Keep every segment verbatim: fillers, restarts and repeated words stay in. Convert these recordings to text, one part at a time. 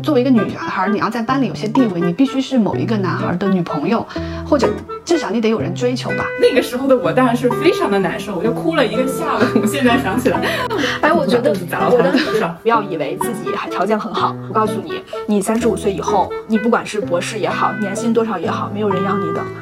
作为一个女孩，你要在班里有些地位，你必须是某一个男孩的女朋友，或者至少你得有人追求吧。 那个时候的我当然是非常的难受，我就哭了一个下午。我现在想起来， 哎，我觉得我当时不要以为自己条件很好，我告诉你，你三十五岁以后，你不管是博士也好，年薪多少也好，没有人要你的。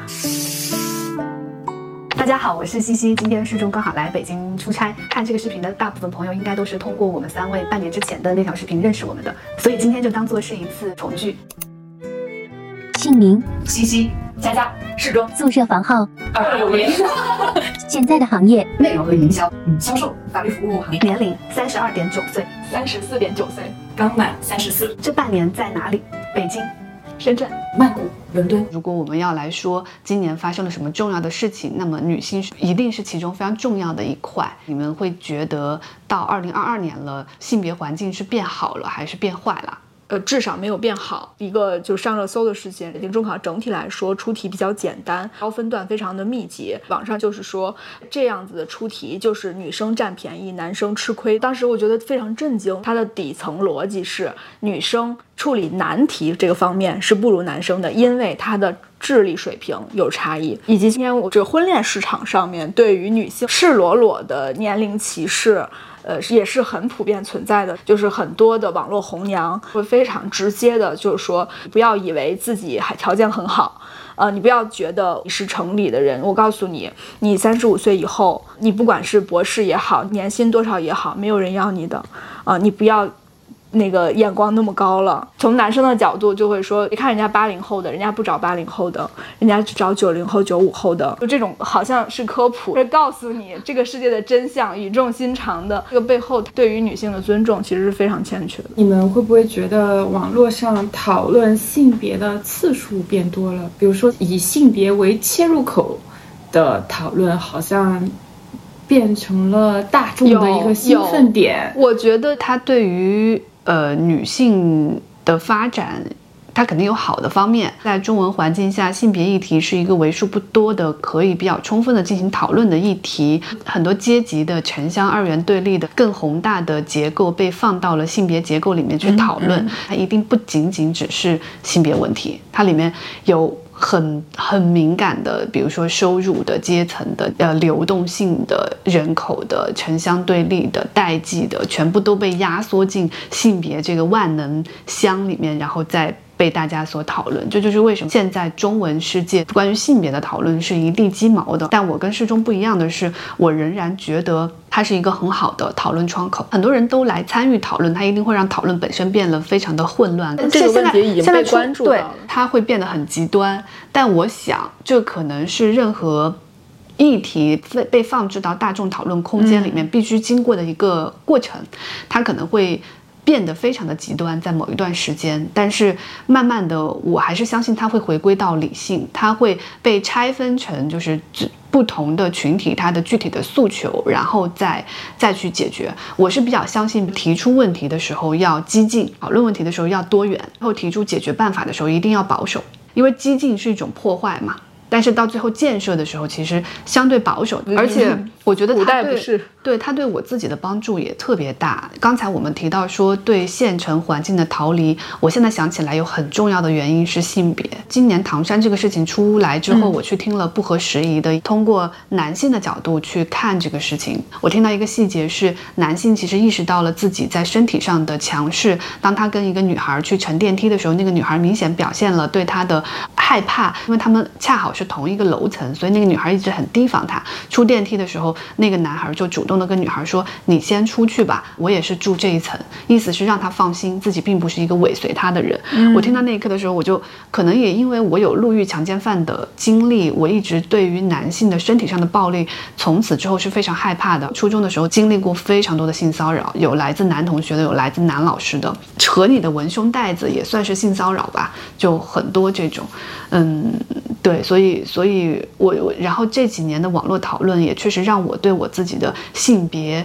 大家好，我是西西，今天世中刚好来北京出差，看这个视频的大部分朋友应该都是通过我们三位半年之前的那条视频认识我们的，所以今天就当做是一次重聚。 姓名： 西西，佳佳，世中， 宿舍房号： 二六零。 现在的行业： 内容和营销， 嗯，销售、法律服务行业。 年龄三十二点九岁， 三十四点九岁，刚满三十四。 这半年在哪里？北京、 深圳、曼谷、伦敦。 如果我们要来说今年发生了什么重要的事情，那么女性一定是其中非常重要的一块。你们会觉得到二零二二年了，性别环境是变好了还是变坏了？ 呃，至少没有变好。一个就上热搜的事件，北京中考整体来说出题比较简单，高分段非常的密集。网上就是说这样子的出题就是女生占便宜，男生吃亏。当时我觉得非常震惊，它的底层逻辑是女生处理难题这个方面是不如男生的，因为她的智力水平有差异，以及今天我这个婚恋市场上面对于女性赤裸裸的年龄歧视。呃，也是很普遍存在的，就是很多的网络红娘会非常直接的，就是说不要以为自己还条件很好，呃，你不要觉得你是城里的人。我告诉你，你三十五岁以后，你不管是博士也好，年薪多少也好，没有人要你的，啊、呃，你不要。那个眼光那么高了，从男生的角度就会说，你看人家八零后的，人家不找八零后的，人家只找九零后、九五后的，就这种好像是科普，是告诉你这个世界的真相，语重心长的。这个背后对于女性的尊重其实是非常欠缺的。 你们会不会觉得网络上讨论性别的次数变多了？比如说以性别为切入口的讨论，好像变成了大众的一个兴奋点。 我觉得它对于呃女性的发展，它肯定有好的方面。在中文环境下，性别议题是一个为数不多的可以比较充分的进行讨论的议题。很多阶级的城乡二元对立的更宏大的结构被放到了性别结构里面去讨论，嗯嗯，它一定不仅仅只是性别问题，它里面有很很敏感的，比如说收入的、阶层的、呃流动性的、人口的、城乡对立的、代际的，全部都被压缩进性别这个万能箱里面，然后再被大家所讨论。这就是为什么现在中文世界关于性别的讨论是一地鸡毛的。但我跟世中不一样的是，我仍然觉得它是一个很好的讨论窗口。很多人都来参与讨论，它一定会让讨论本身变得非常的混乱。 这个问题已经被关注到了， 对，它会变得很极端。但我想，这可能是任何议题被放置到大众讨论空间里面必须经过的一个过程。它可能会变得非常的极端在某一段时间，但是慢慢的我还是相信它会回归到理性，它会被拆分成就是不同的群体它的具体的诉求，然后再再去解决。我是比较相信提出问题的时候要激进，讨论问题的时候要多元，然后提出解决办法的时候一定要保守，因为激进是一种破坏嘛，但是到最后建设的时候其实相对保守，而且我觉得它对对它对我自己的帮助也特别大。刚才我们提到说对县城环境的逃离，我现在想起来有很重要的原因是性别。今年唐山这个事情出来之后，嗯、我去听了不合时宜的，通过男性的角度去看这个事情。我听到一个细节是，男性其实意识到了自己在身体上的强势。当他跟一个女孩去乘电梯的时候，那个女孩明显表现了对他的害怕，因为他们恰好是同一个楼层，所以那个女孩一直很提防他。出电梯的时候，那个男孩就主动的跟女孩说：“你先出去吧，我也是住这一层。”意思是让他放心，自己并不是一个尾随他的人。嗯、我听到那一刻的时候，我就可能也因为我有路遇强奸犯的经历，我一直对于男性的身体上的暴力，从此之后是非常害怕的。初中的时候经历过非常多的性骚扰，有来自男同学的，有来自男老师的，扯你的文胸带子也算是性骚扰吧，就很多这种。嗯，对，所以所以我我然后这几年的网络讨论也确实让我对我自己的性别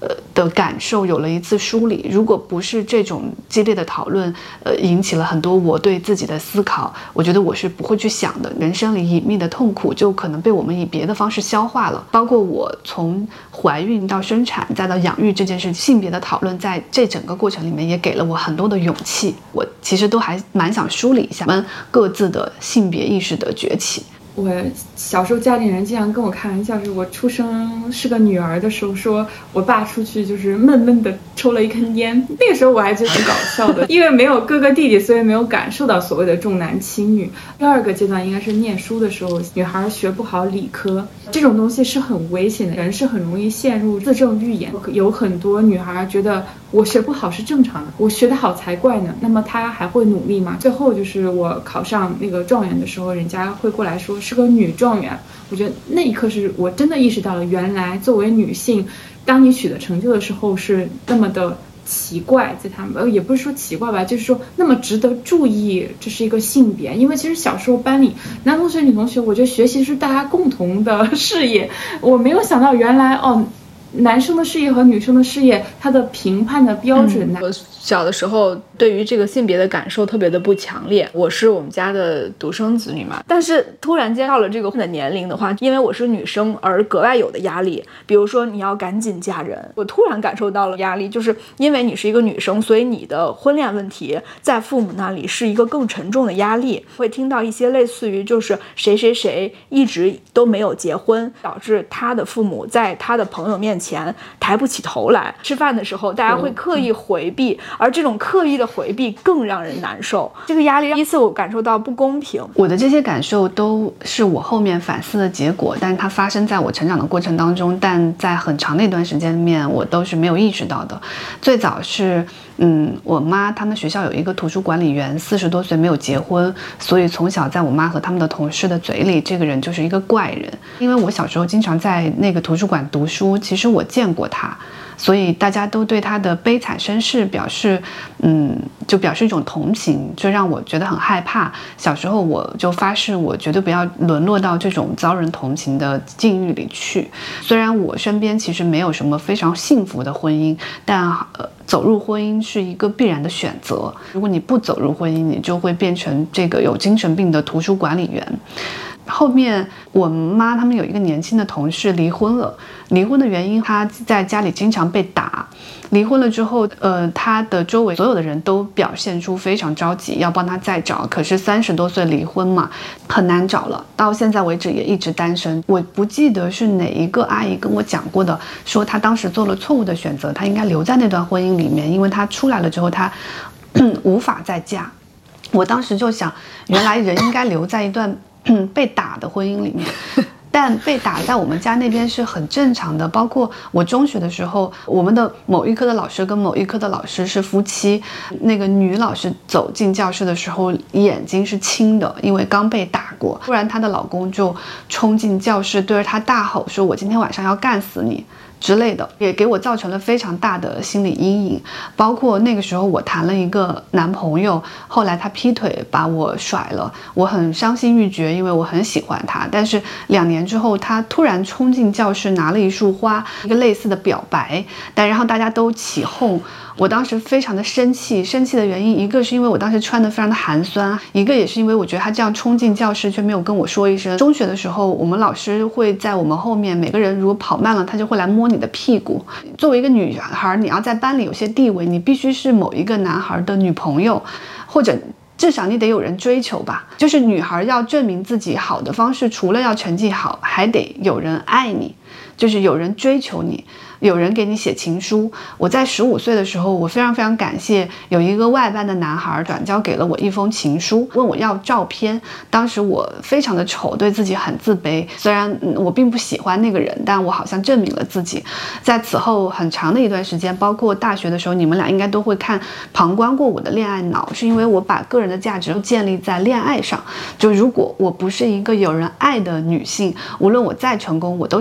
呃的感受有了一次梳理。如果不是这种激烈的讨论，呃，引起了很多我对自己的思考，我觉得我是不会去想的。人生里隐秘的痛苦就可能被我们以别的方式消化了。包括我从怀孕到生产再到养育这件事，性别的讨论在这整个过程里面也给了我很多的勇气。我其实都还蛮想梳理一下我们各自的性别意识的崛起。 我小时候家里人经常跟我开玩笑，是我出生是个女儿的时候，说我爸出去就是闷闷的抽了一根烟，那个时候我还觉得挺搞笑的，因为没有哥哥弟弟，所以没有感受到所谓的重男轻女。第二个阶段应该是念书的时候，女孩学不好理科，这种东西是很危险的，人是很容易陷入自证预言。有很多女孩觉得我学不好是正常的，我学得好才怪呢，那么她还会努力吗？最后就是我考上那个状元的时候，人家会过来说是个女状元，我觉得那一刻是我真的意识到了，原来作为女性，当你取得成就的时候是那么的奇怪，在他们呃也不是说奇怪吧，就是说那么值得注意，这是一个性别。因为其实小时候班里男同学女同学，我觉得学习是大家共同的事业，我没有想到原来哦，男生的事业和女生的事业，它的评判的标准、 嗯、我小的时候对于这个性别的感受特别的不强烈，我是我们家的独生子女嘛，但是突然间到了这个的年龄的话，因为我是女生而格外有的压力，比如说你要赶紧嫁人，我突然感受到了压力，就是因为你是一个女生，所以你的婚恋问题在父母那里是一个更沉重的压力，会听到一些类似于就是谁谁谁一直都没有结婚，导致他的父母在他的朋友面前抬不起头来，吃饭的时候大家会刻意回避，而这种刻意的回避更让人难受。这个压力第一次我感受到不公平。 我的这些感受都是我后面反思的结果，但是它发生在我成长的过程当中，但在很长的一段时间里面我都是没有意识到的。最早是嗯，我妈他们学校有一个图书管理员，四十多岁没有结婚，所以从小在我妈和他们的同事的嘴里，这个人就是一个怪人。因为我小时候经常在那个图书馆读书，其实我见过他，所以大家都对他的悲惨身世表示，嗯，就表示一种同情，就让我觉得很害怕。小时候我就发誓，我绝对不要沦落到这种遭人同情的境遇里去。虽然我身边其实没有什么非常幸福的婚姻，但呃。走入婚姻是一个必然的选择。如果你不走入婚姻，你就会变成这个有精神病的图书管理员。后面我妈他们有一个年轻的同事离婚了，离婚的原因她在家里经常被打。离婚了之后，呃，她的周围所有的人都表现出非常着急，要帮她再找。可是三十多岁离婚嘛，很难找了。到现在为止也一直单身。我不记得是哪一个阿姨跟我讲过的，说她当时做了错误的选择，她应该留在那段婚姻里面，因为她出来了之后，她无法再嫁。我当时就想，原来人应该留在一段被打的婚姻里面。但被打在我们家那边是很正常的，包括我中学的时候，我们的某一科的老师跟某一科的老师是夫妻，那个女老师走进教室的时候眼睛是青的，因为刚被打过，突然她的老公就冲进教室对着她大吼说，我今天晚上要干死你之类的，也给我造成了非常大的心理阴影。包括那个时候我谈了一个男朋友，后来他劈腿把我甩了，我很伤心欲绝，因为我很喜欢他。但是两年之后他突然冲进教室拿了一束花，一个类似的表白，但然后大家都起哄。我当时非常的生气，生气的原因一个是因为我当时穿的非常的寒酸，一个也是因为我觉得他这样冲进教室却没有跟我说一声。中学的时候我们老师会在我们后面，每个人如果跑慢了他就会来摸你的屁股。作为一个女孩，你要在班里有些地位，你必须是某一个男孩的女朋友，或者至少你得有人追求吧。就是女孩要证明自己好的方式，除了要成绩好，还得有人爱你，就是有人追求你，有人给你写情书。我在十五岁的时候，我非常非常感谢有一个外班的男孩转交给了我一封情书，问我要照片。当时我非常的丑，对自己很自卑，虽然我并不喜欢那个人，但我好像证明了自己。在此后很长的一段时间，包括大学的时候，你们俩应该都会看旁观过我的恋爱脑，是因为我把个人的价值建立在恋爱上。就如果我不是一个有人爱的女性，无论我再成功，我都是失败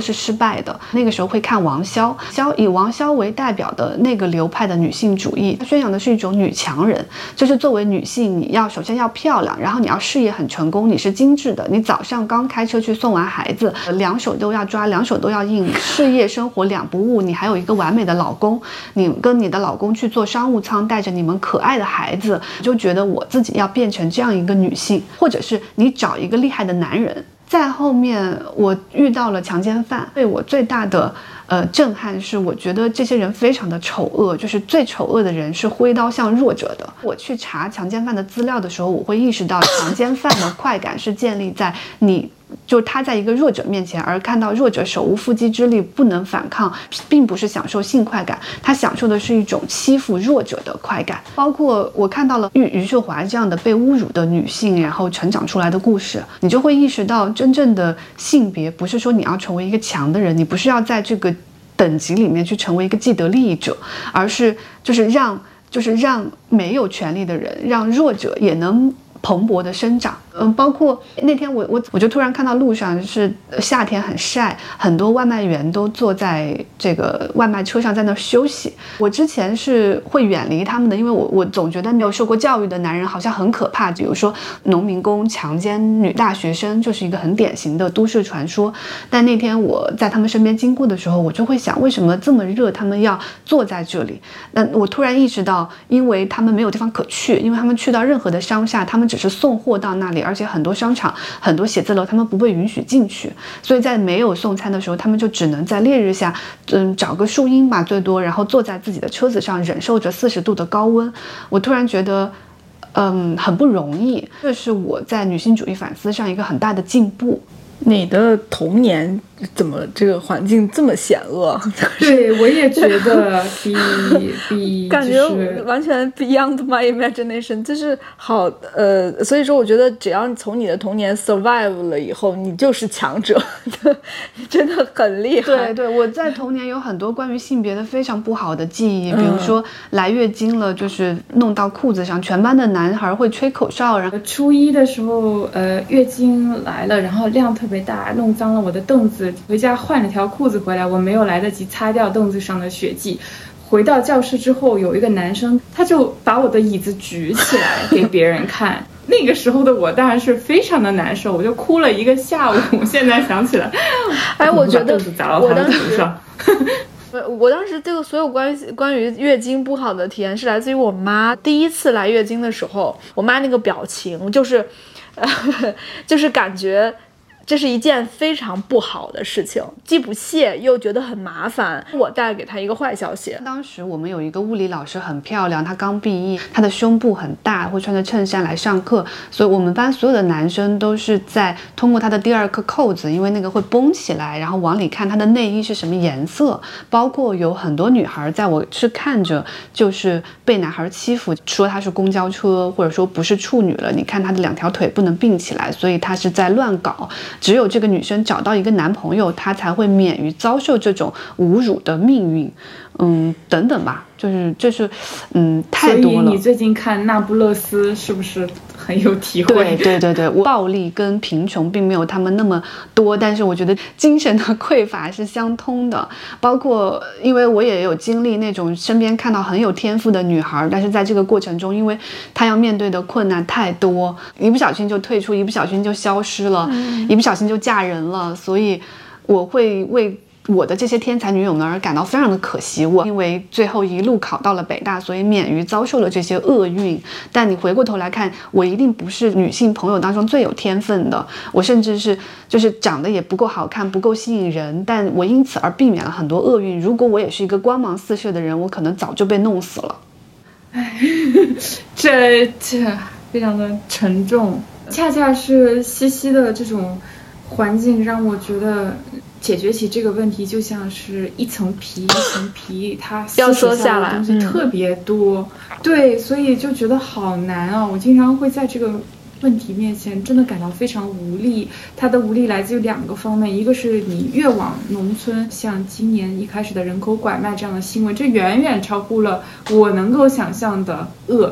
败的。那个时候会看王潇，萧以王潇为代表的那个流派的女性主义，它宣扬的是一种女强人，就是作为女性，你要首先要漂亮，然后你要事业很成功，你是精致的，你早上刚开车去送完孩子，两手都要抓，两手都要硬，事业生活两不误，你还有一个完美的老公，你跟你的老公去坐商务舱，带着你们可爱的孩子，就觉得我自己要变成这样一个女性，或者是你找一个厉害的男人。在后面我遇到了强奸犯，对我最大的呃震撼是，我觉得这些人非常的丑恶，就是最丑恶的人是挥刀向弱者的。我去查强奸犯的资料的时候，我会意识到强奸犯的快感是建立在你就他在一个弱者面前，而看到弱者手无缚鸡之力不能反抗，并不是享受性快感，他享受的是一种欺负弱者的快感。包括我看到了余余秀华这样的被侮辱的女性，然后成长出来的故事，你就会意识到真正的性别不是说你要成为一个强的人，你不是要在这个等级里面去成为一个既得利益者，而是就是让就是让没有权利的人，让弱者也能蓬勃的生长。嗯，包括那天我我我就突然看到路上是夏天很晒，很多外卖员都坐在这个外卖车上在那休息。我之前是会远离他们的，因为我我总觉得没有受过教育的男人好像很可怕，比如说农民工强奸女大学生就是一个很典型的都市传说。但那天我在他们身边经过的时候，我就会想，为什么这么热他们要坐在这里？那我突然意识到，因为他们没有地方可去，因为他们去到任何的商厦，他们只是送货到那里，而且很多商场很多写字楼他们不被允许进去，所以在没有送餐的时候，他们就只能在烈日下嗯，找个树荫吧最多，然后坐在自己的车子上忍受着四十度的高温。我突然觉得嗯，很不容易，这是我在女性主义反思上一个很大的进步。 你的童年怎么这个环境这么险恶？ 对，我也觉得比比感觉完全 beyond my imagination， 就是好呃，所以说我觉得只要从你的童年 survive 了以后，你就是强者，真的很厉害。 对对，我在童年有很多关于性别的非常不好的记忆，比如说来月经了，就是弄到裤子上，全班的男孩会吹口哨，然后初一的时候，呃，月经来了，然后量特别大，弄脏了我的凳子，回家换了条裤子回来，我没有来得及擦掉凳子上的血迹。回到教室之后，有一个男生，他就把我的椅子举起来给别人看。那个时候的我当然是非常的难受，我就哭了一个下午。现在想起来， 哎，我觉得我当时我当时这个所有关于关于月经不好的体验是来自于我妈。第一次来月经的时候，我妈那个表情就是，呃、就是感觉这是一件非常不好的事情，既不屑又觉得很麻烦。我带给她一个坏消息。 当时我们有一个物理老师很漂亮，她刚毕业，她的胸部很大，会穿着衬衫来上课，所以我们班所有的男生都是在通过她的第二颗扣子，因为那个会绷起来，然后往里看她的内衣是什么颜色。包括有很多女孩在我是看着就是被男孩欺负，说她是公交车，或者说不是处女了，你看她的两条腿不能并起来，所以她是在乱搞。只有这个女生找到一个男朋友，她才会免于遭受这种侮辱的命运，嗯，等等吧，就是这是，嗯，太多了。 所以你最近看《那不勒斯》是不是很有体会？ 对对对对，我暴力跟贫穷并没有他们那么多，但是我觉得精神的匮乏是相通的。包括因为我也有经历那种身边看到很有天赋的女孩，但是在这个过程中，因为她要面对的困难太多，一不小心就退出，一不小心就消失了，嗯、一不小心就嫁人了，所以我会为我的这些天才女友们而感到非常的可惜。我因为最后一路考到了北大，所以免于遭受了这些厄运。但你回过头来看，我一定不是女性朋友当中最有天分的，我甚至是就是长得也不够好看，不够吸引人，但我因此而避免了很多厄运。如果我也是一个光芒四射的人，我可能早就被弄死了。 哎，这这非常的沉重，恰恰是西西的这种环境让我觉得解决起这个问题就像是一层皮一层皮，它要缩下来的东西特别多、嗯、对，所以就觉得好难啊。我经常会在这个问题面前真的感到非常无力。它的无力来自于两个方面，一个是你越往农村，像今年一开始的人口拐卖这样的新闻，这远远超乎了我能够想象的恶。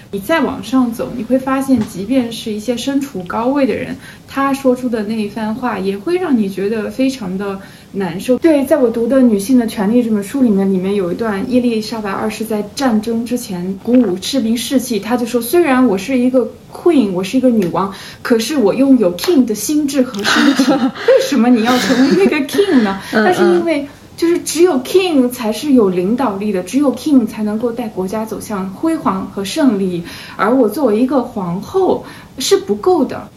你再往上走，你会发现，即便是一些身处高位的人，他说出的那一番话，也会让你觉得非常的难受。对，在我读的《女性的权利》这本书里面，里面有一段伊丽莎白二世在战争之前鼓舞士兵士气，他就说：“虽然我是一个 queen， 我是一个女王，可是我拥有 king 的心智和身体。为什么你要成为那个 king 呢？但是因为就是只有 king 才是有领导力的，只有 king 才能够带国家走向辉煌和胜利，而我作为一个皇后是不够的。”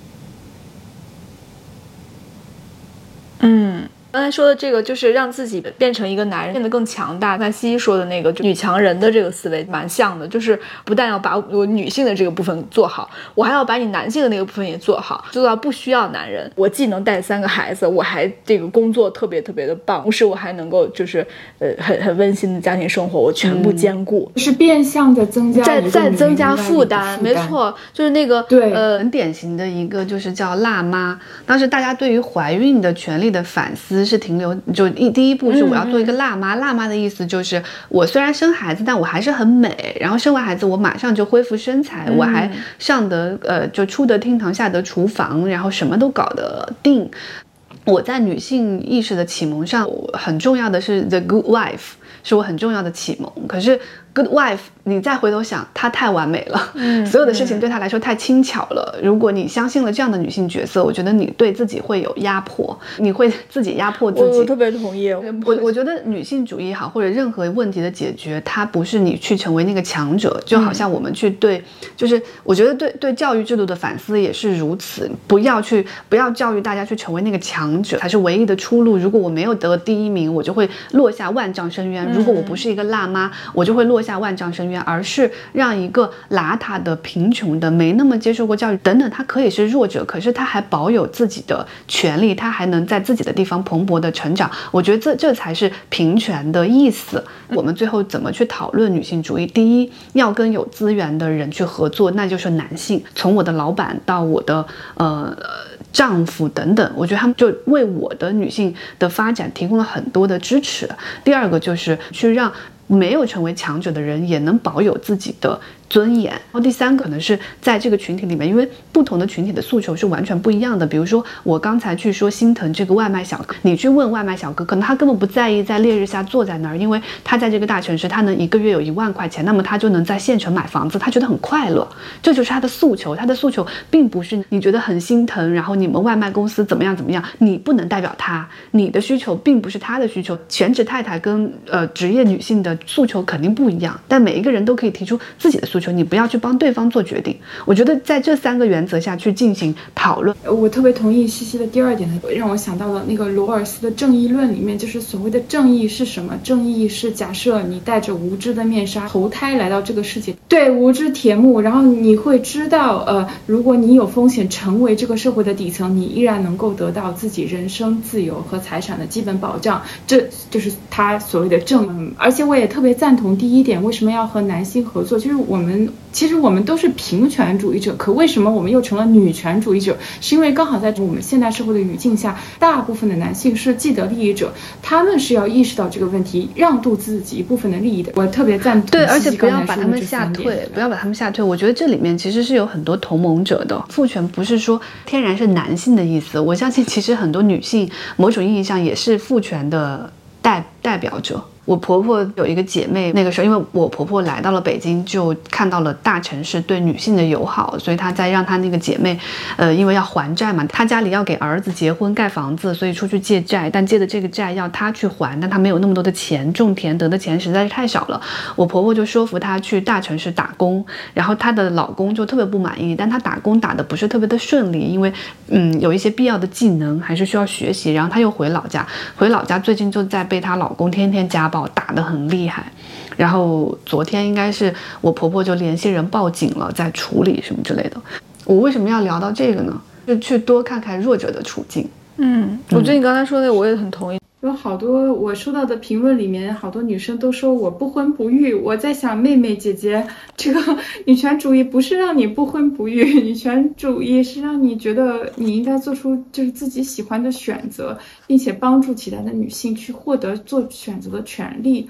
嗯。刚才说的这个就是让自己变成一个男人，变得更强大。那西西说的那个女强人的这个思维蛮像的，就是不但要把我女性的这个部分做好，我还要把你男性的那个部分也做好，做到不需要男人。我既能带三个孩子，我还这个工作特别特别的棒，同时我还能够就是呃很很温馨的家庭生活，我全部兼顾， 嗯、是变相的增加再再增加负担。没错，就是那个对呃很典型的一个就是叫辣妈。当时大家对于怀孕的权利的反思是停留，就一第一步是我要做一个辣妈。嗯、辣妈的意思就是我虽然生孩子，但我还是很美，然后生完孩子我马上就恢复身材，嗯、我还上得呃就出得厅堂下得厨房，然后什么都搞得定。我在女性意识的启蒙上很重要的是 The Good Wife， 是我很重要的启蒙。可是 Good Wife 你再回头想，她太完美了，嗯，所有的事情对她来说太轻巧了。如果你相信了这样的女性角色，我觉得你对自己会有压迫，你会自己压迫自己。 我, 我特别同意。 我我觉得女性主义好，或者任何问题的解决，它不是你去成为那个强者，就好像我们去对，嗯、就是我觉得对对教育制度的反思也是如此，不要去不要教育大家去成为那个强者才是唯一的出路。如果我没有得第一名，我就会落下万丈深渊；如果我不是一个辣妈，我就会落下万丈深渊。而是让一个邋遢的、贫穷的、没那么接受过教育等等，他可以是弱者，可是他还保有自己的权利，他还能在自己的地方蓬勃的成长。我觉得这这才是平权的意思。我们最后怎么去讨论女性主义？第一，要跟有资源的人去合作，那就是男性，从我的老板到我的呃丈夫等等，我觉得他们就为我的女性的发展提供了很多的支持。第二个就是去让没有成为强者的人也能保有自己的尊严。然后第三个可能是在这个群体里面，因为不同的群体的诉求是完全不一样的。比如说我刚才去说心疼这个外卖小哥，你去问外卖小哥，可能他根本不在意在烈日下坐在那儿，因为他在这个大城市他能一个月有一万块钱，那么他就能在县城买房子，他觉得很快乐，这就是他的诉求。他的诉求并不是你觉得很心疼，然后你们外卖公司怎么样怎么样，你不能代表他，你的需求并不是他的需求。全职太太跟呃职业女性的诉求肯定不一样，但每一个人都可以提出自己的诉求，你不要去帮对方做决定。我觉得在这三个原则下去进行讨论。 我特别同意西西的第二点呢，让我想到了那个罗尔斯的正义论里面，就是所谓的正义是什么？正义是假设你带着无知的面纱投胎来到这个世界，对，无知铁幕，然后你会知道，呃，如果你有风险成为这个社会的底层，你依然能够得到自己人身自由和财产的基本保障，这就是他所谓的正义。而且我也特别赞同第一点，为什么要和男性合作？就是我们其实我们都是平权主义者，可为什么我们又成了女权主义者？是因为刚好在我们现代社会的语境下，大部分的男性是既得利益者，他们是要意识到这个问题，让渡自己一部分的利益的。我特别赞同。 对，而且不要把他们吓退，不要把他们吓退。我觉得这里面其实是有很多同盟者的。父权不是说天然是男性的意思，我相信其实很多女性某种意义上也是父权的代代表者。我婆婆有一个姐妹，那个时候因为我婆婆来到了北京，就看到了大城市对女性的友好，所以她在让她那个姐妹呃，因为要还债嘛，她家里要给儿子结婚盖房子，所以出去借债，但借的这个债要她去还，但她没有那么多的钱，种田得的钱实在是太少了。我婆婆就说服她去大城市打工，然后她的老公就特别不满意，但她打工打的不是特别的顺利，因为嗯有一些必要的技能还是需要学习，然后她又回老家，回老家最近就在被她老公天天家暴打得很厉害，然后昨天应该是我婆婆就联系人报警了，在处理什么之类的。我为什么要聊到这个呢？就去多看看弱者的处境。 嗯，我觉得你刚才说的我也很同意。 有好多我收到的评论里面，好多女生都说我不婚不育。我在想，妹妹姐姐，这个女权主义不是让你不婚不育，女权主义是让你觉得你应该做出就是自己喜欢的选择，并且帮助其他的女性去获得做选择的权利。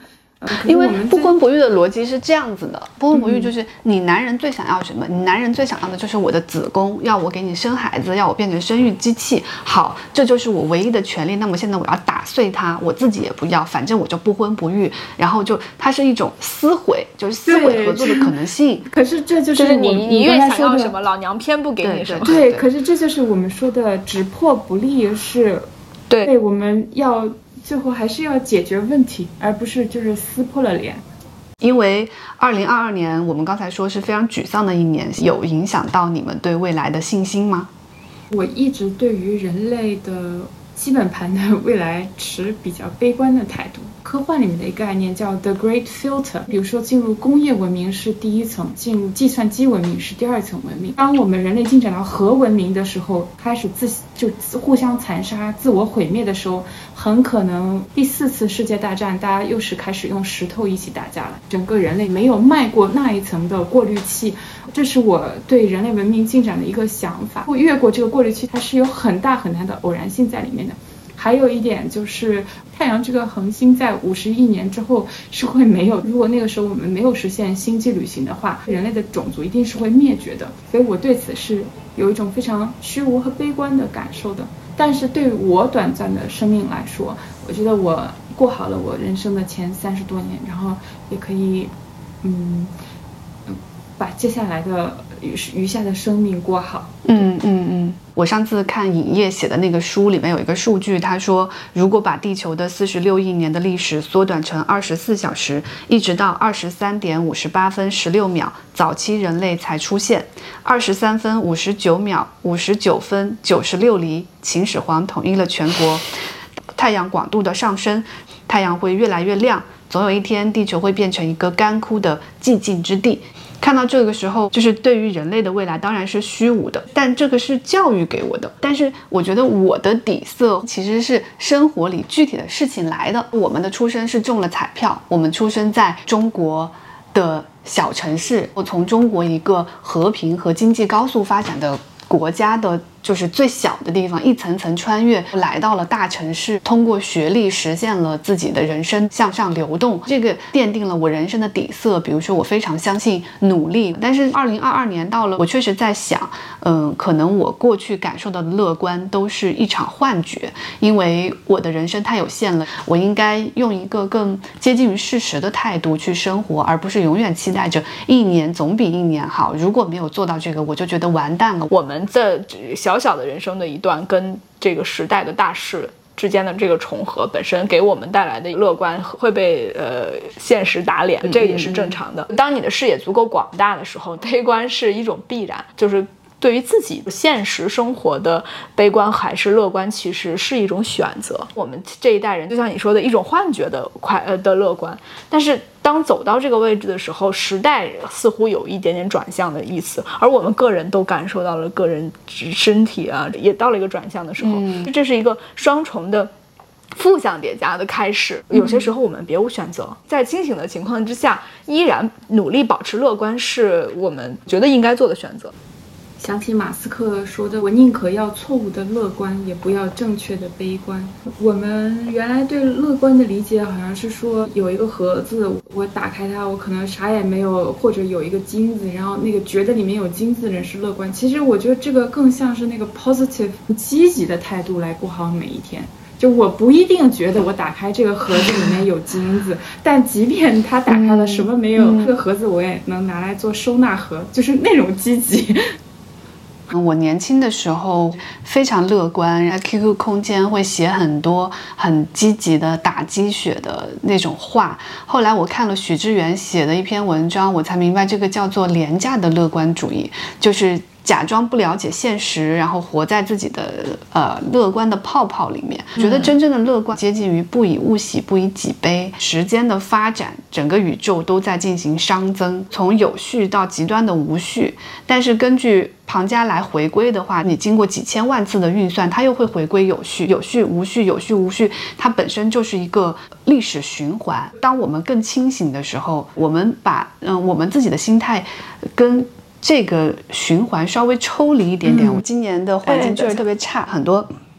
因为不婚不育的逻辑是这样子的，不婚不育就是你男人最想要什么？你男人最想要的就是我的子宫，要我给你生孩子，要我变成生育机器。好，这就是我唯一的权利。那么现在我要打碎它，我自己也不要，反正我就不婚不育。然后就它是一种撕毁，就是撕毁合作的可能性。 可是这就是就是你你越想要什么，老娘偏不给你什么。 对，可是这就是我们说的只破不立，是对， 对我们要。最后还是要解决问题，而不是就是撕破了脸。 因为二零二二年我们刚才说是非常沮丧的一年，有影响到你们对未来的信心吗？ 我一直对于人类的基本盘的未来持比较悲观的态度。科幻里面的一个概念叫 The Great Filter， 比如说进入工业文明是第一层，进入计算机文明是第二层文明。当我们人类进展到核文明的时候，开始自就互相残杀、自我毁灭的时候，很可能第四次世界大战大家又是开始用石头一起打架了。整个人类没有迈过那一层的过滤器，这是我对人类文明进展的一个想法。越过这个过滤器，它是有很大很大的偶然性在里面的。还有一点就是，太阳这个恒星在五十亿年之后是会没有，如果那个时候我们没有实现星际旅行的话，人类的种族一定是会灭绝的。所以我对此是有一种非常虚无和悲观的感受的。但是对于我短暂的生命来说，我觉得我过好了我人生的前三十多年，然后也可以，嗯，把接下来的余下的生命过好。 嗯嗯嗯。我上次看尹烨写的那个书里面有一个数据，他说如果把地球的四十六亿年的历史缩短成二十四小时，一直到二十三点五十八分十六秒，早期人类才出现。二十三分五十九秒五十九分九十六厘，秦始皇统一了全国。太阳广度的上升，太阳会越来越亮，总有一天地球会变成一个干枯的寂静之地。看到这个时候，就是对于人类的未来当然是虚无的，但这个是教育给我的。但是我觉得我的底色其实是生活里具体的事情来的。我们的出生是中了彩票，我们出生在中国的小城市，我从中国一个和平和经济高速发展的国家的就是最小的地方，一层层穿越来到了大城市，通过学历实现了自己的人生向上流动，这个奠定了我人生的底色。比如说我非常相信努力，但是二零二二年到了，我确实在想嗯、呃，可能我过去感受到的乐观都是一场幻觉，因为我的人生太有限了，我应该用一个更接近于事实的态度去生活，而不是永远期待着一年总比一年好。如果没有做到这个，我就觉得完蛋了。 我们这小小的人生的一段跟这个时代的大势之间的这个重合，本身给我们带来的乐观会被呃现实打脸，这也是正常的。当你的视野足够广大的时候，悲观是一种必然，就是对于自己现实生活的悲观还是乐观，其实是一种选择。我们这一代人就像你说的一种幻觉的快呃的乐观，但是当走到这个位置的时候，时代似乎有一点点转向的意思，而我们个人都感受到了个人身体啊也到了一个转向的时候，嗯、这是一个双重的负向叠加的开始。有些时候我们别无选择，在清醒的情况之下依然努力保持乐观，是我们觉得应该做的选择。 想起马斯克说的，我宁可要错误的乐观，也不要正确的悲观。我们原来对乐观的理解好像是说有一个盒子，我打开它，我可能啥也没有，或者有一个金子，然后那个觉得里面有金子的人是乐观。其实我觉得这个更像是那个 positive 积极的态度来过好每一天。就我不一定觉得我打开这个盒子里面有金子，但即便它打开了什么没有，这个盒子我也能拿来做收纳盒，就是那种积极。 我年轻的时候非常乐观， Q Q 空间会写很多很积极的打鸡血的那种话。后来我看了许知远写的一篇文章，我才明白这个叫做廉价的乐观主义，就是假装不了解现实，然后活在自己的呃乐观的泡泡里面。我觉得真正的乐观接近于不以物喜，不以己悲。时间的发展，整个宇宙都在进行熵增，从有序到极端的无序。但是根据庞加莱回归的话，你经过几千万次的运算，它又会回归有序，有序无序，有序无序，它本身就是一个历史循环。当我们更清醒的时候，我们把嗯、呃、我们自己的心态跟这个循环稍微抽离一点点。我、嗯、今年的环境确实特别差，很多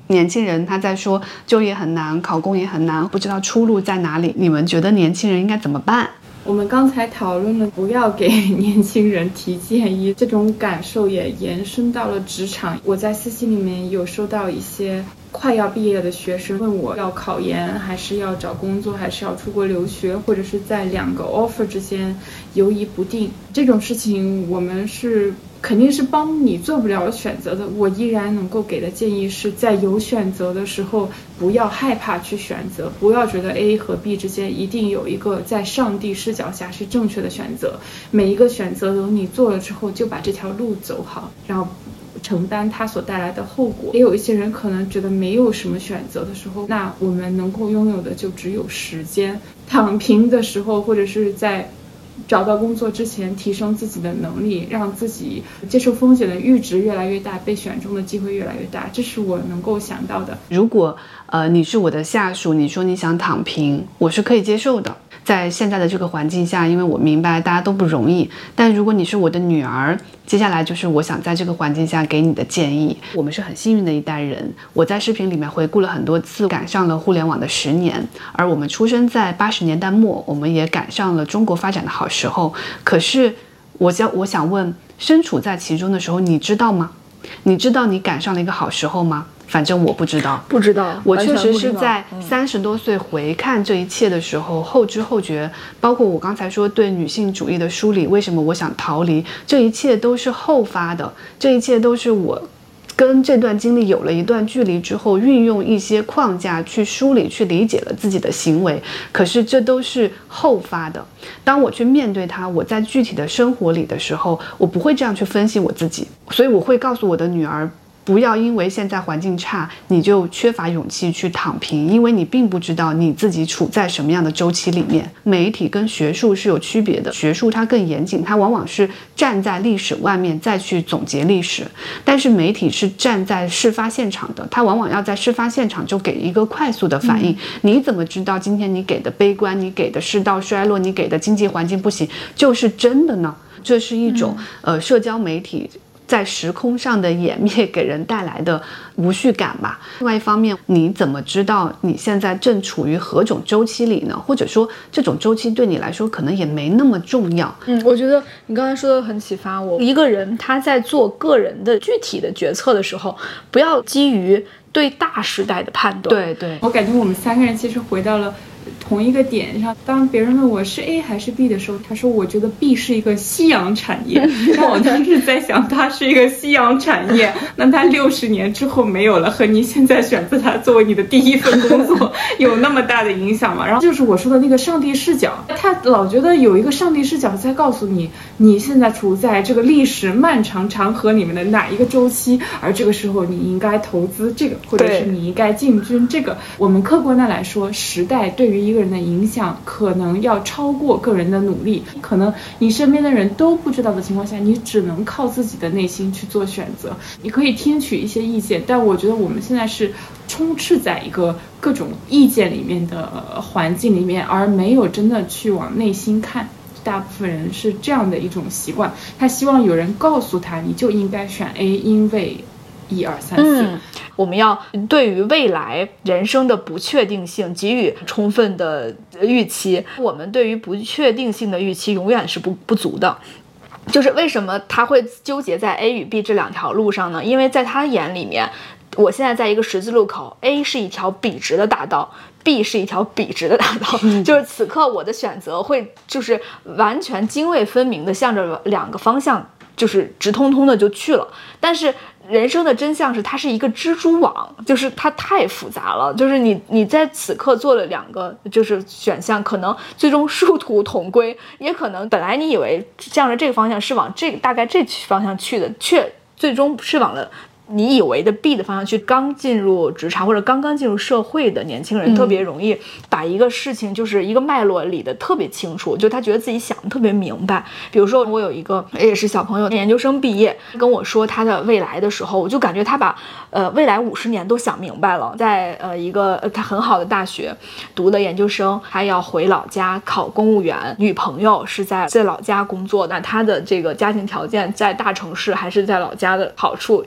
年轻人他在说就业很难，考公也很难，不知道出路在哪里，你们觉得年轻人应该怎么办？ 我们刚才讨论了不要给年轻人提建议，这种感受也延伸到了职场。我在私信里面有收到一些快要毕业的学生问我要考研还是要找工作还是要出国留学，或者是在两个 offer 之间犹疑不定。这种事情我们是肯定是帮你做不了选择的。我依然能够给的建议是在有选择的时候不要害怕去选择，不要觉得 A 和 B 之间一定有一个在上帝视角下是正确的选择。每一个选择等你做了之后就把这条路走好，然后承担它所带来的后果。也有一些人可能觉得没有什么选择的时候，那我们能够拥有的就只有时间。躺平的时候，或者是在找到工作之前提升自己的能力，让自己接受风险的阈值越来越大，被选中的机会越来越大，这是我能够想到的。 如果呃你是我的下属，你说你想躺平，我是可以接受的。在现在的这个环境下，因为我明白大家都不容易，但如果你是我的女儿，接下来就是我想在这个环境下给你的建议。我们是很幸运的一代人，我在视频里面回顾了很多次，赶上了互联网的十年，而我们出生在八十年代末，我们也赶上了中国发展的好时候。可是我想我想问，身处在其中的时候，你知道吗？你知道你赶上了一个好时候吗？反正我不知道， 不知道。 我确实是在三十多岁回看这一切的时候，后知后觉。包括我刚才说对女性主义的梳理，为什么我想逃离，这一切都是后发的，这一切都是我跟这段经历有了一段距离之后，运用一些框架去梳理、去理解了自己的行为。可是这都是后发的。当我去面对它，我在具体的生活里的时候，我不会这样去分析我自己，所以我会告诉我的女儿，不要因为现在环境差你就缺乏勇气去躺平，因为你并不知道你自己处在什么样的周期里面。媒体跟学术是有区别的，学术它更严谨，它往往是站在历史外面再去总结历史，但是媒体是站在事发现场的，它往往要在事发现场就给一个快速的反应、嗯、你怎么知道今天你给的悲观，你给的世道衰落，你给的经济环境不行就是真的呢？这是一种、嗯、呃社交媒体在时空上的湮灭给人带来的无序感吧。另外一方面，你怎么知道你现在正处于何种周期里呢？或者说这种周期对你来说可能也没那么重要。 嗯，我觉得你刚才说的很启发我。一个人他在做个人的具体的决策的时候，不要基于对大时代的判断。 对对， 我感觉我们三个人其实回到了同一个点上。当别人问我是 A 还是 B 的时候，他说我觉得 B 是一个夕阳产业。那我当时在想，它是一个夕阳产业，那它六十年之后没有了，和你现在选择它作为你的第一份工作有那么大的影响吗？然后就是我说的那个上帝视角，他老觉得有一个上帝视角在告诉你，你现在处在这个历史漫长长河里面的哪一个周期，而这个时候你应该投资这个，或者是你应该进军这个。我们客观的来说，时代对于一个人的影响可能要超过个人的努力，可能你身边的人都不知道的情况下，你只能靠自己的内心去做选择。你可以听取一些意见，但我觉得我们现在是充斥在一个各种意见里面的环境里面，而没有真的去往内心看。大部分人是这样的一种习惯，他希望有人告诉他你就应该选 A， 因为一二三四。 嗯，我们要对于未来人生的不确定性给予充分的预期。我们对于不确定性的预期永远是不不足的。就是为什么他会纠结在 A 与 B 这两条路上呢？因为在他眼里面，我现在在一个十字路口， A 是一条笔直的大道， B 是一条笔直的大道，就是此刻我的选择会就是完全泾渭分明的向着两个方向就是直通通的就去了。但是人生的真相是它是一个蜘蛛网，就是它太复杂了，就是你你在此刻做了两个就是选项，可能最终殊途同归，也可能本来你以为向着这个方向是往这个大概这方向去的，却最终是往了你以为的 B 的方向去。刚进入职场或者刚刚进入社会的年轻人、嗯、特别容易把一个事情就是一个脉络理得特别清楚，就他觉得自己想得特别明白。比如说我有一个也是小朋友研究生毕业跟我说他的未来的时候，我就感觉他把呃未来五十年都想明白了。在呃一个、呃、他很好的大学读的研究生，还要回老家考公务员，女朋友是在在老家工作，那他的这个家庭条件在大城市还是在老家的好处一二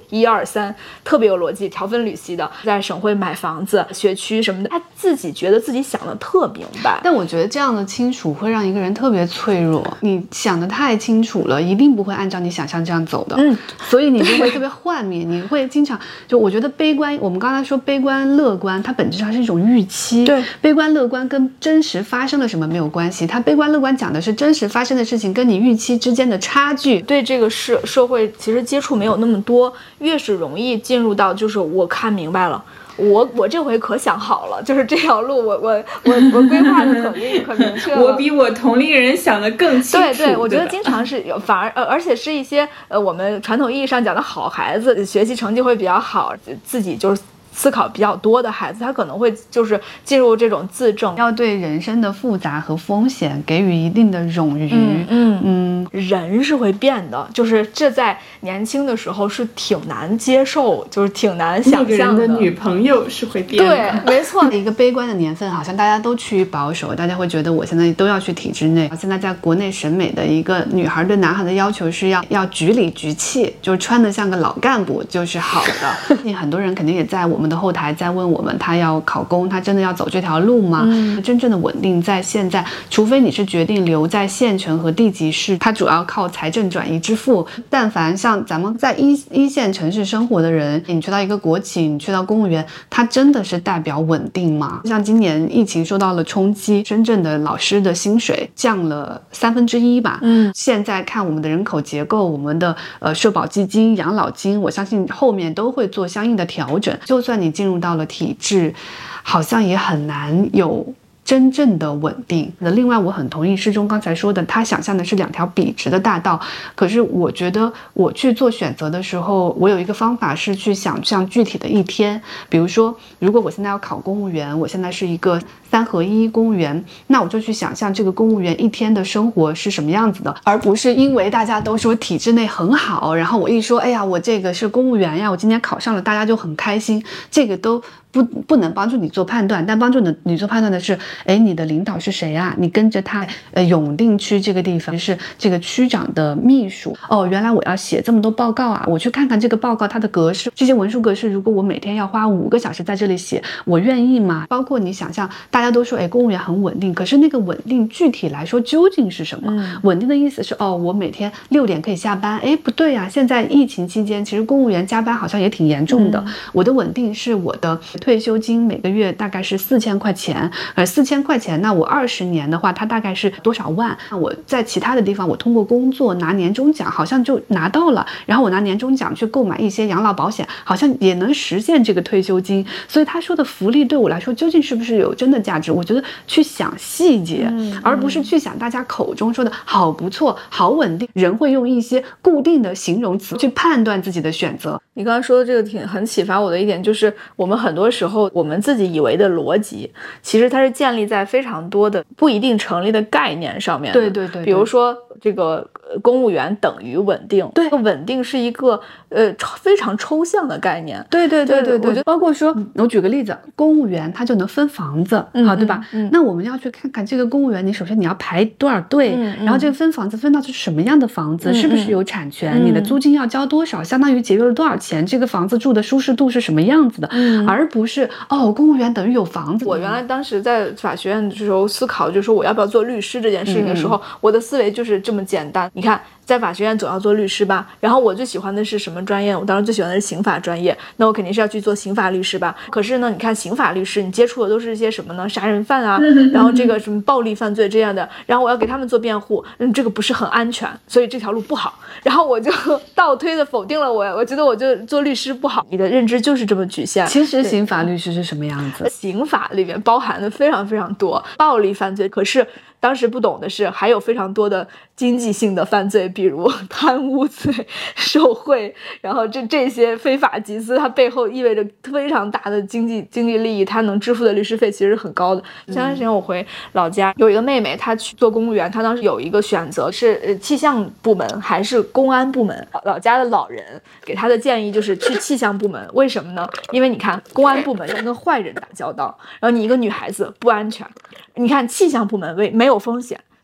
三，特别有逻辑，条分缕析的，在省会买房子、学区什么的，他自己觉得自己想的特明白。 但我觉得这样的清楚会让一个人特别脆弱，你想的太清楚了，一定不会按照你想象这样走的。嗯，所以你就会特别幻灭，你会经常就我觉得悲观，我们刚才说悲观乐观，它本质上是一种预期。 对， 悲观乐观跟真实发生了什么没有关系，它悲观乐观讲的是真实发生的事情跟你预期之间的差距。 对这个社社会其实接触没有那么多，越是容易进入到就是我看明白了。我我这回可想好了，就是这条路我我我我规划的可明可明确了。 我比我同龄人想的更清楚。 对对，我觉得经常是有，反而呃，而且是一些呃我们传统意义上讲的好孩子，学习成绩会比较好，自己就是思考比较多的孩子，他可能会就是进入这种自证， 要对人生的复杂和风险给予一定的冗余。 嗯嗯嗯，人是会变的，就是这在年轻的时候是挺难接受，就是挺难想象的。 那个人的女朋友是会变的， 对，没错。 一个悲观的年份，好像大家都趋于保守，大家会觉得我现在都要去体制内。现在在国内审美的一个女孩对男孩的要求是要要局里局气，就是穿得像个老干部就是好的。很多人肯定也在我们的后台在问我们，他要考公，他真的要走这条路吗？嗯、真正的稳定在现在，除非你是决定留在县城和地级市，它主要靠财政转移支付。但凡像咱们在一一线城市生活的人，你去到一个国企，你去到公务员，它真的是代表稳定吗？像今年疫情受到了冲击，深圳的老师的薪水降了三分之一吧。嗯，现在看我们的人口结构，我们的呃社保基金、养老金，我相信后面都会做相应的调整。就算你进入到了体制，好像也很难有真正的稳定。那另外我很同意施中刚才说的，他想象的是两条笔直的大道，可是我觉得我去做选择的时候，我有一个方法是去想象具体的一天。比如说如果我现在要考公务员，我现在是一个三合一公务员，那我就去想象这个公务员一天的生活是什么样子的，而不是因为大家都说体制内很好，然后我一说哎呀我这个是公务员呀，我今天考上了，大家就很开心，这个都不不能帮助你做判断。但帮助你做判断的是，哎，你的领导是谁啊？你跟着他，呃，永定区这个地方是这个区长的秘书。哦，原来我要写这么多报告啊！我去看看这个报告它的格式，这些文书格式，如果我每天要花五个小时在这里写，我愿意吗？包括你想象，大家都说，哎，公务员很稳定，可是那个稳定具体来说究竟是什么？嗯、稳定的意思是，哦，我每天六点可以下班。哎，不对呀、啊，现在疫情期间，其实公务员加班好像也挺严重的。嗯、我的稳定是我的退休金每个月大概是四千块钱，呃，四千块钱，那我二十年的话，它大概是多少万？那我在其他的地方，我通过工作拿年终奖，好像就拿到了，然后我拿年终奖去购买一些养老保险，好像也能实现这个退休金。所以他说的福利对我来说，究竟是不是有真的价值？我觉得去想细节，嗯、而不是去想大家口中说的好不错、好稳定。人会用一些固定的形容词去判断自己的选择。 你刚才说的这个挺很启发我的一点，就是我们很多时候我们自己以为的逻辑，其实它是建立在非常多的不一定成立的概念上面的。 对对 对, 对， 比如说这个公务员等于稳定，对，稳定是一个呃非常抽象的概念。 对对对对 对, 对，我觉得包括说，我举个例子，公务员他就能分房子，嗯、好对吧？嗯，那我们要去看看这个公务员，你首先你要排多少队，嗯、然后这个分房子分到是什么样的房子，嗯、是不是有产权？嗯、你的租金要交多少？相当于节约了多少钱？这个房子住的舒适度是什么样子的？嗯、而不是哦，公务员等于有房子。 我原来当时在法学院的时候思考，就是说我要不要做律师这件事情的时候，嗯、我的思维就是这么简单。你看，在法学院总要做律师吧，然后我最喜欢的是什么专业？我当时最喜欢的是刑法专业，那我肯定是要去做刑法律师吧。可是呢，你看刑法律师，你接触的都是一些什么呢？杀人犯啊，然后这个什么暴力犯罪这样的，然后我要给他们做辩护，嗯，这个不是很安全，所以这条路不好。然后我就倒推的否定了我，我觉得我就做律师不好。你的认知就是这么局限。 其实刑法律师是什么样子？ 刑法里面包含的非常非常多暴力犯罪，可是当时不懂的是还有非常多的经济性的犯罪，比如贪污罪、受贿，然后这这些非法集资，它背后意味着非常大的经济经济利益，它能支付的律师费其实是很高的。前段时间我回老家，有一个妹妹，她去做公务员，她当时有一个选择是呃气象部门还是公安部门。老家的老人给她的建议就是去气象部门，为什么呢？因为你看公安部门要跟坏人打交道，然后你一个女孩子不安全。你看气象部门为没有风险，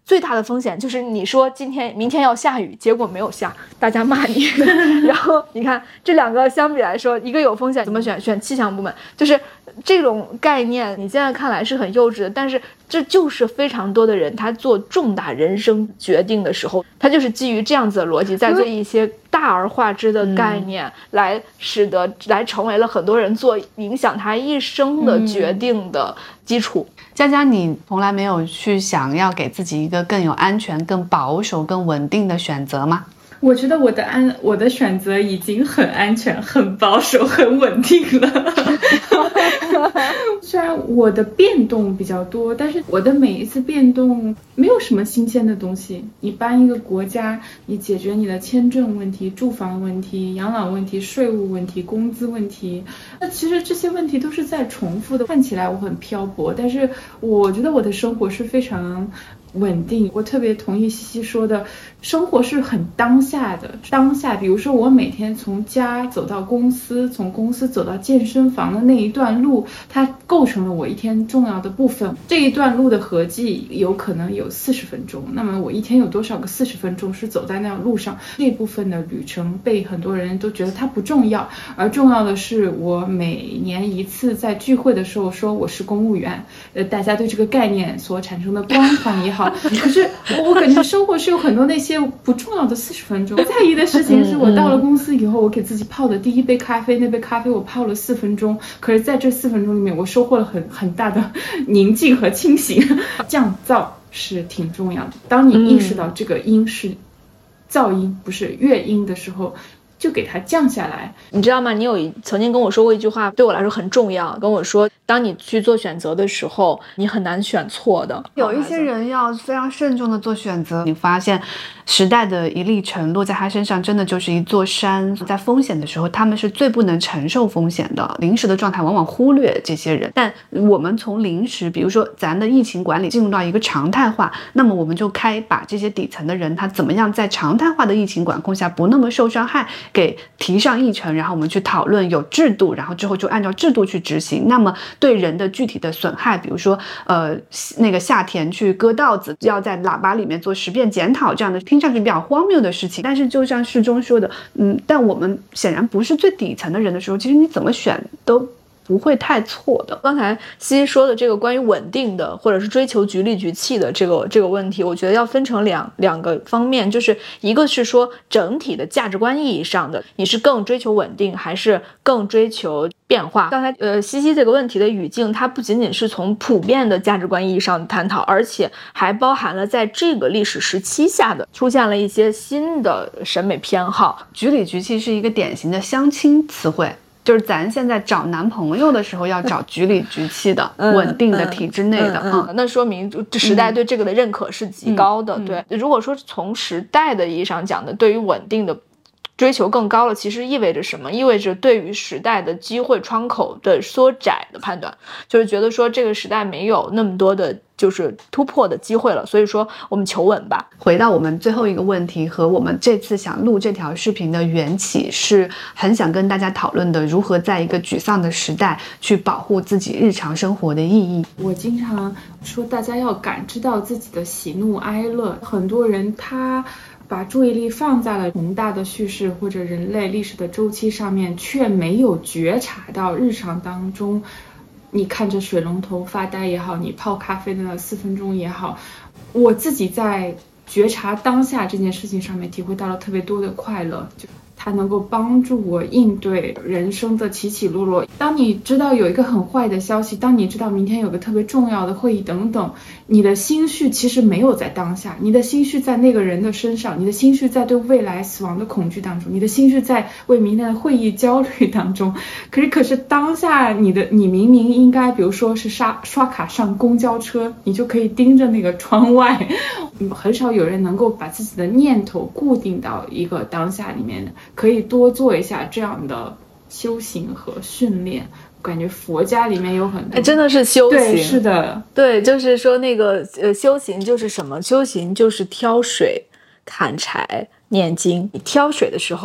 最大的风险就是你说今天明天要下雨，结果没有下，大家骂你。然后你看这两个相比来说，一个有风险，怎么选？选气象部门，就是这种概念，你现在看来是很幼稚的，但是这就是非常多的人他做重大人生决定的时候，他就是基于这样子的逻辑，在做一些大而化之的概念，来使得来成为了很多人做影响他一生的决定的基础。 佳佳，你从来没有去想要给自己一个更有安全、更保守、更稳定的选择吗？ 我觉得我的安我的选择已经很安全、很保守、很稳定了。虽然我的变动比较多，但是我的每一次变动没有什么新鲜的东西。你搬一个国家，你解决你的签证问题、住房问题、养老问题、税务问题、工资问题，那其实这些问题都是在重复的。看起来我很漂泊，但是我觉得我的生活是非常稳定。我特别同意西西说的，生活是很当下的。当下，比如说我每天从家走到公司，从公司走到健身房的那一段路，它构成了我一天重要的部分。这一段路的合计有可能有四十分钟，那么我一天有多少个四十分钟是走在那条路上？这部分的旅程被很多人都觉得它不重要，而重要的是我每年一次在聚会的时候说我是公务员，呃，大家对这个概念所产生的光环也好。可是我感觉生活是有很多那些不重要的四十分钟。在意的事情是我到了公司以后，我给自己泡的第一杯咖啡，那杯咖啡我泡了四分钟，可是在这四分钟里面，我收获了很很大的宁静和清醒。降噪是挺重要的。当你意识到这个音是噪音，不是乐音的时候，就给它降下来。 你知道吗？你有曾经跟我说过一句话，对我来说很重要，跟我说当你去做选择的时候，你很难选错的。 有一些人要非常慎重的做选择，你发现时代的一粒尘落在他身上真的就是一座山。在风险的时候，他们是最不能承受风险的，临时的状态往往忽略这些人。但我们从临时，比如说咱的疫情管理进入到一个常态化，那么我们就开把这些底层的人他怎么样在常态化的疫情管控下不那么受伤害给提上议程，然后我们去讨论有制度，然后之后就按照制度去执行。那么对人的具体的损害，比如说呃那个夏天去割稻子要在喇叭里面做十遍检讨，这样的听上去比较荒谬的事情，但是就像世忠说的，嗯，但我们显然不是最底层的人的时候，其实你怎么选都不会太错的。 刚才西西说的这个关于稳定的或者是追求局里局气的这个这个问题，我觉得要分成两两个方面，就是一个是说整体的价值观意义上的，你是更追求稳定还是更追求变化。刚才呃西西这个问题的语境，它不仅仅是从普遍的价值观意义上探讨，而且还包含了在这个历史时期下的出现了一些新的审美偏好。 局里局气是一个典型的相亲词汇，就是咱现在找男朋友的时候要找局里局气的、嗯、稳定的、嗯、体制内的、 嗯嗯嗯、那说明时代对这个的认可是极高的、嗯、对。如果说从时代的意义上讲的，对于稳定的追求更高了，其实意味着什么？意味着对于时代的机会窗口的缩窄的判断，就是觉得说这个时代没有那么多的就是突破的机会了，所以说我们求稳吧。 回到我们最后一个问题，和我们这次想录这条视频的缘起，是很想跟大家讨论的，如何在一个沮丧的时代去保护自己日常生活的意义。 我经常说大家要感知到自己的喜怒哀乐，很多人他把注意力放在了宏大的叙事或者人类历史的周期上面，却没有觉察到日常当中你看着水龙头发呆也好，你泡咖啡的那四分钟也好，我自己在觉察当下这件事情上面体会到了特别多的快乐，就它能够帮助我应对人生的起起落落。当你知道有一个很坏的消息，当你知道明天有个特别重要的会议等等，你的心绪其实没有在当下，你的心绪在那个人的身上，你的心绪在对未来死亡的恐惧当中，你的心绪在为明天的会议焦虑当中。可是可是当下你的你明明应该比如说是刷刷卡上公交车，你就可以盯着那个窗外。很少有人能够把自己的念头固定到一个当下里面的，可以多做一下这样的修行和训练。感觉佛家里面有很多、 哎、真的是修行。 对，是的， 对，就是说那个呃，修行就是什么？修行就是挑水、砍柴、念经。你挑水的时候，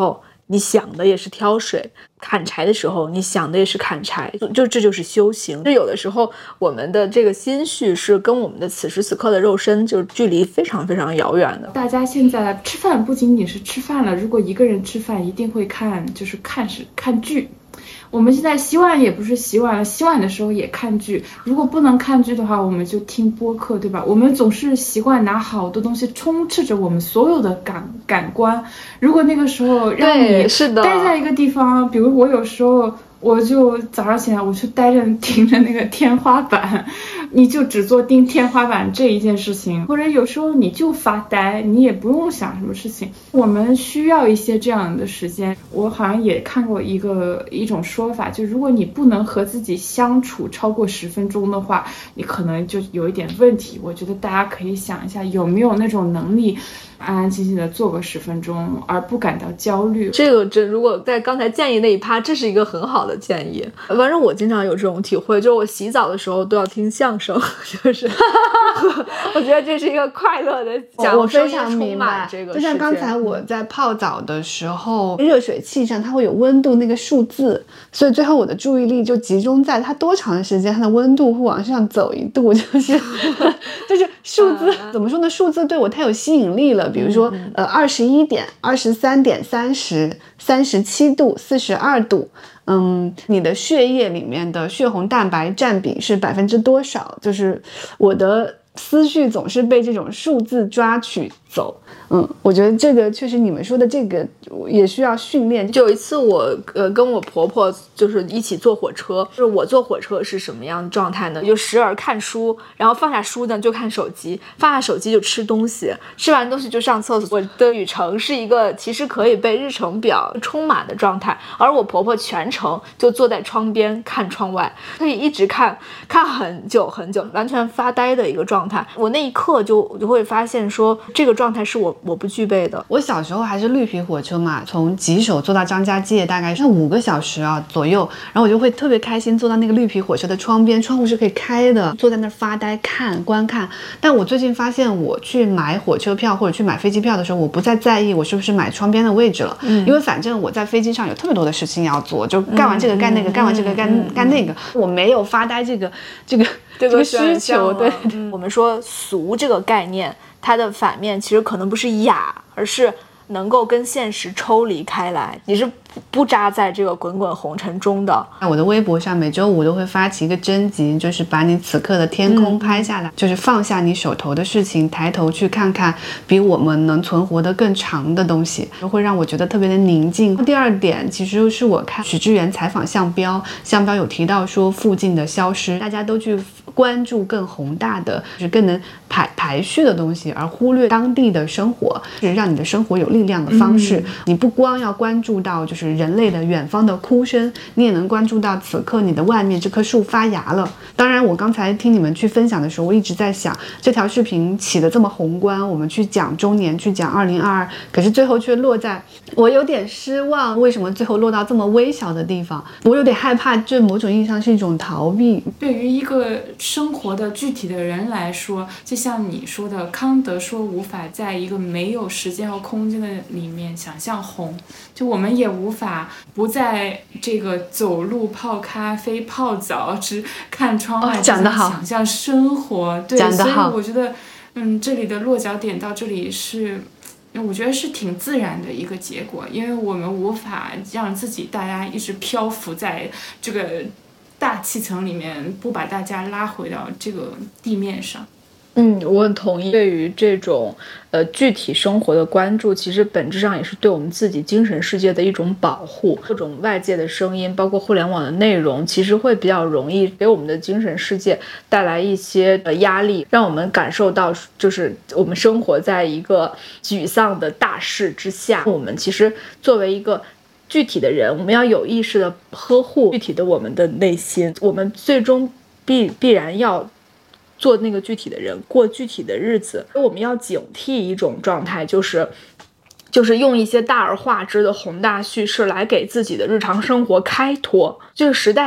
你想的也是挑水，砍柴的时候你想的也是砍柴，就这就是修行。就有的时候我们的这个心绪是跟我们的此时此刻的肉身就是距离非常非常遥远的。 大家现在吃饭不仅仅是吃饭了，如果一个人吃饭一定会看，就是看是看剧。我们现在洗碗也不是洗碗了，洗碗的时候也看剧。如果不能看剧的话，我们就听播客，对吧？我们总是习惯拿好多东西充斥着我们所有的感感官。如果那个时候让你待在一个地方，比如我有时候我就早上起来我就待着盯着那个天花板，你就只做盯天花板这一件事情，或者有时候你就发呆，你也不用想什么事情。我们需要一些这样的时间。我好像也看过一个一种说法，就如果你不能和自己相处超过十分钟的话，你可能就有一点问题。我觉得大家可以想一下，有没有那种能力安安静静的做个十分钟而不感到焦虑。 这个这如果在刚才建议那一趴，这是一个很好的建议。反正我经常有这种体会，就是我洗澡的时候都要听相声，就是我觉得这是一个快乐的讲， 我非常明白这个。 就像刚才我在泡澡的时候，热水器上它会有温度那个数字，所以最后我的注意力就集中在它多长时间它的温度会往上走一度，就是就是数字、嗯、怎么说呢？数字对我太有吸引力了。比如说，嗯、呃，二十一点、二十三点、三十、三十七度、四十二度。嗯，你的血液里面的血红蛋白占比是百分之多少？就是我的思绪总是被这种数字抓取走。嗯，我觉得这个确实你们说的这个也需要训练。 就有一次我呃跟我婆婆就是一起坐火车，就是我坐火车是什么样的状态呢？就时而看书，然后放下书呢就看手机，放下手机就吃东西，吃完东西就上厕所。我的旅程是一个其实可以被日程表充满的状态，而我婆婆全程就坐在窗边看窗外，可以一直看看很久很久，完全发呆的一个状态。我那一刻就就会发现说，这个状态是我我不具备的。 我小时候还是绿皮火车嘛，从吉首坐到张家界大概是五个小时啊左右，然后我就会特别开心坐到那个绿皮火车的窗边，窗户是可以开的，坐在那儿发呆看观看。但我最近发现，我去买火车票或者去买飞机票的时候，我不再在意我是不是买窗边的位置了，嗯，因为反正我在飞机上有特别多的事情要做，就干完这个干那个，嗯、干完这个干、嗯、干那个，我没有发呆这个这个这个需求。对， 嗯、我们说俗这个概念，它的反面其实可能不是雅，而是能够跟现实抽离开来，你是不扎在这个滚滚红尘中的。 我的微博上每周五都会发起一个征集，就是把你此刻的天空拍下来，嗯、就是放下你手头的事情，抬头去看看比我们能存活得更长的东西，会让我觉得特别的宁静。第二点其实是我看许知远采访项彪，项彪有提到说附近的消失，大家都去关注更宏大的，就是更能排排序的东西，而忽略当地的生活，是让你的生活有力量的方式。嗯、你不光要关注到就是人类的远方的哭声，你也能关注到此刻你的外面这棵树发芽了。当然我刚才听你们去分享的时候，我一直在想，这条视频起得这么宏观，我们去讲中年，去讲二零二二，可是最后却落在我有点失望，为什么最后落到这么微小的地方？我有点害怕，这某种意义上是一种逃避。 对于一个生活的具体的人来说，就像你说的，康德说无法在一个没有时间和空间的里面想象红，就我们也无法不在这个走路、泡咖啡、泡澡、只看窗外、 哦、讲得好， 想象生活。对， 讲得好。 所以我觉得，嗯，这里的落脚点到这里是，我觉得是挺自然的一个结果，因为我们无法让自己大家一直漂浮在这个大气层里面，不把大家拉回到这个地面上。 嗯，我很同意。对于这种呃具体生活的关注，其实本质上也是对我们自己精神世界的一种保护。各种外界的声音，包括互联网的内容，其实会比较容易给我们的精神世界带来一些呃压力，让我们感受到就是我们生活在一个沮丧的大势之下。我们其实作为一个具体的人，我们要有意识的呵护具体的我们的内心，我们最终必必然要做那个具体的人，过具体的日子。我们要警惕一种状态，就是就是用一些大而化之的宏大叙事来给自己的日常生活开脱。这个时代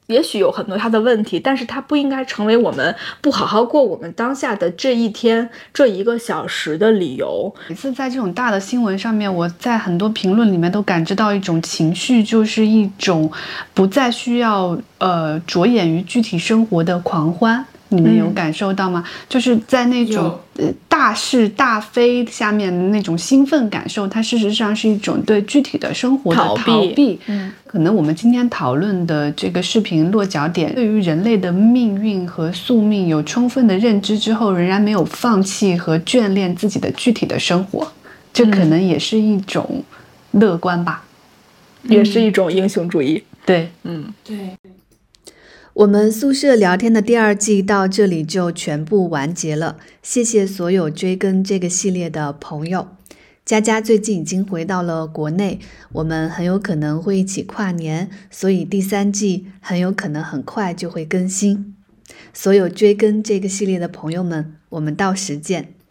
也许有很多他的问题，但是他不应该成为我们不好好过我们当下的这一天这一个小时的理由。 每次在这种大的新闻上面，我在很多评论里面都感知到一种情绪，就是一种不再需要呃着眼于具体生活的狂欢。你们有感受到吗？嗯、就是在那种呃大是大非下面的那种兴奋感受，它事实上是一种对具体的生活的逃避。逃避嗯，可能我们今天讨论的这个视频落脚点，对于人类的命运和宿命有充分的认知之后，仍然没有放弃和眷恋自己的具体的生活，这可能也是一种乐观吧， 嗯、也是一种英雄主义。 对， 嗯， 对。 我们宿舍聊天的第二季到这里就全部完结了，谢谢所有追更这个系列的朋友。佳佳最近已经回到了国内，我们很有可能会一起跨年，所以第三季很有可能很快就会更新。所有追更这个系列的朋友们，我们到时见。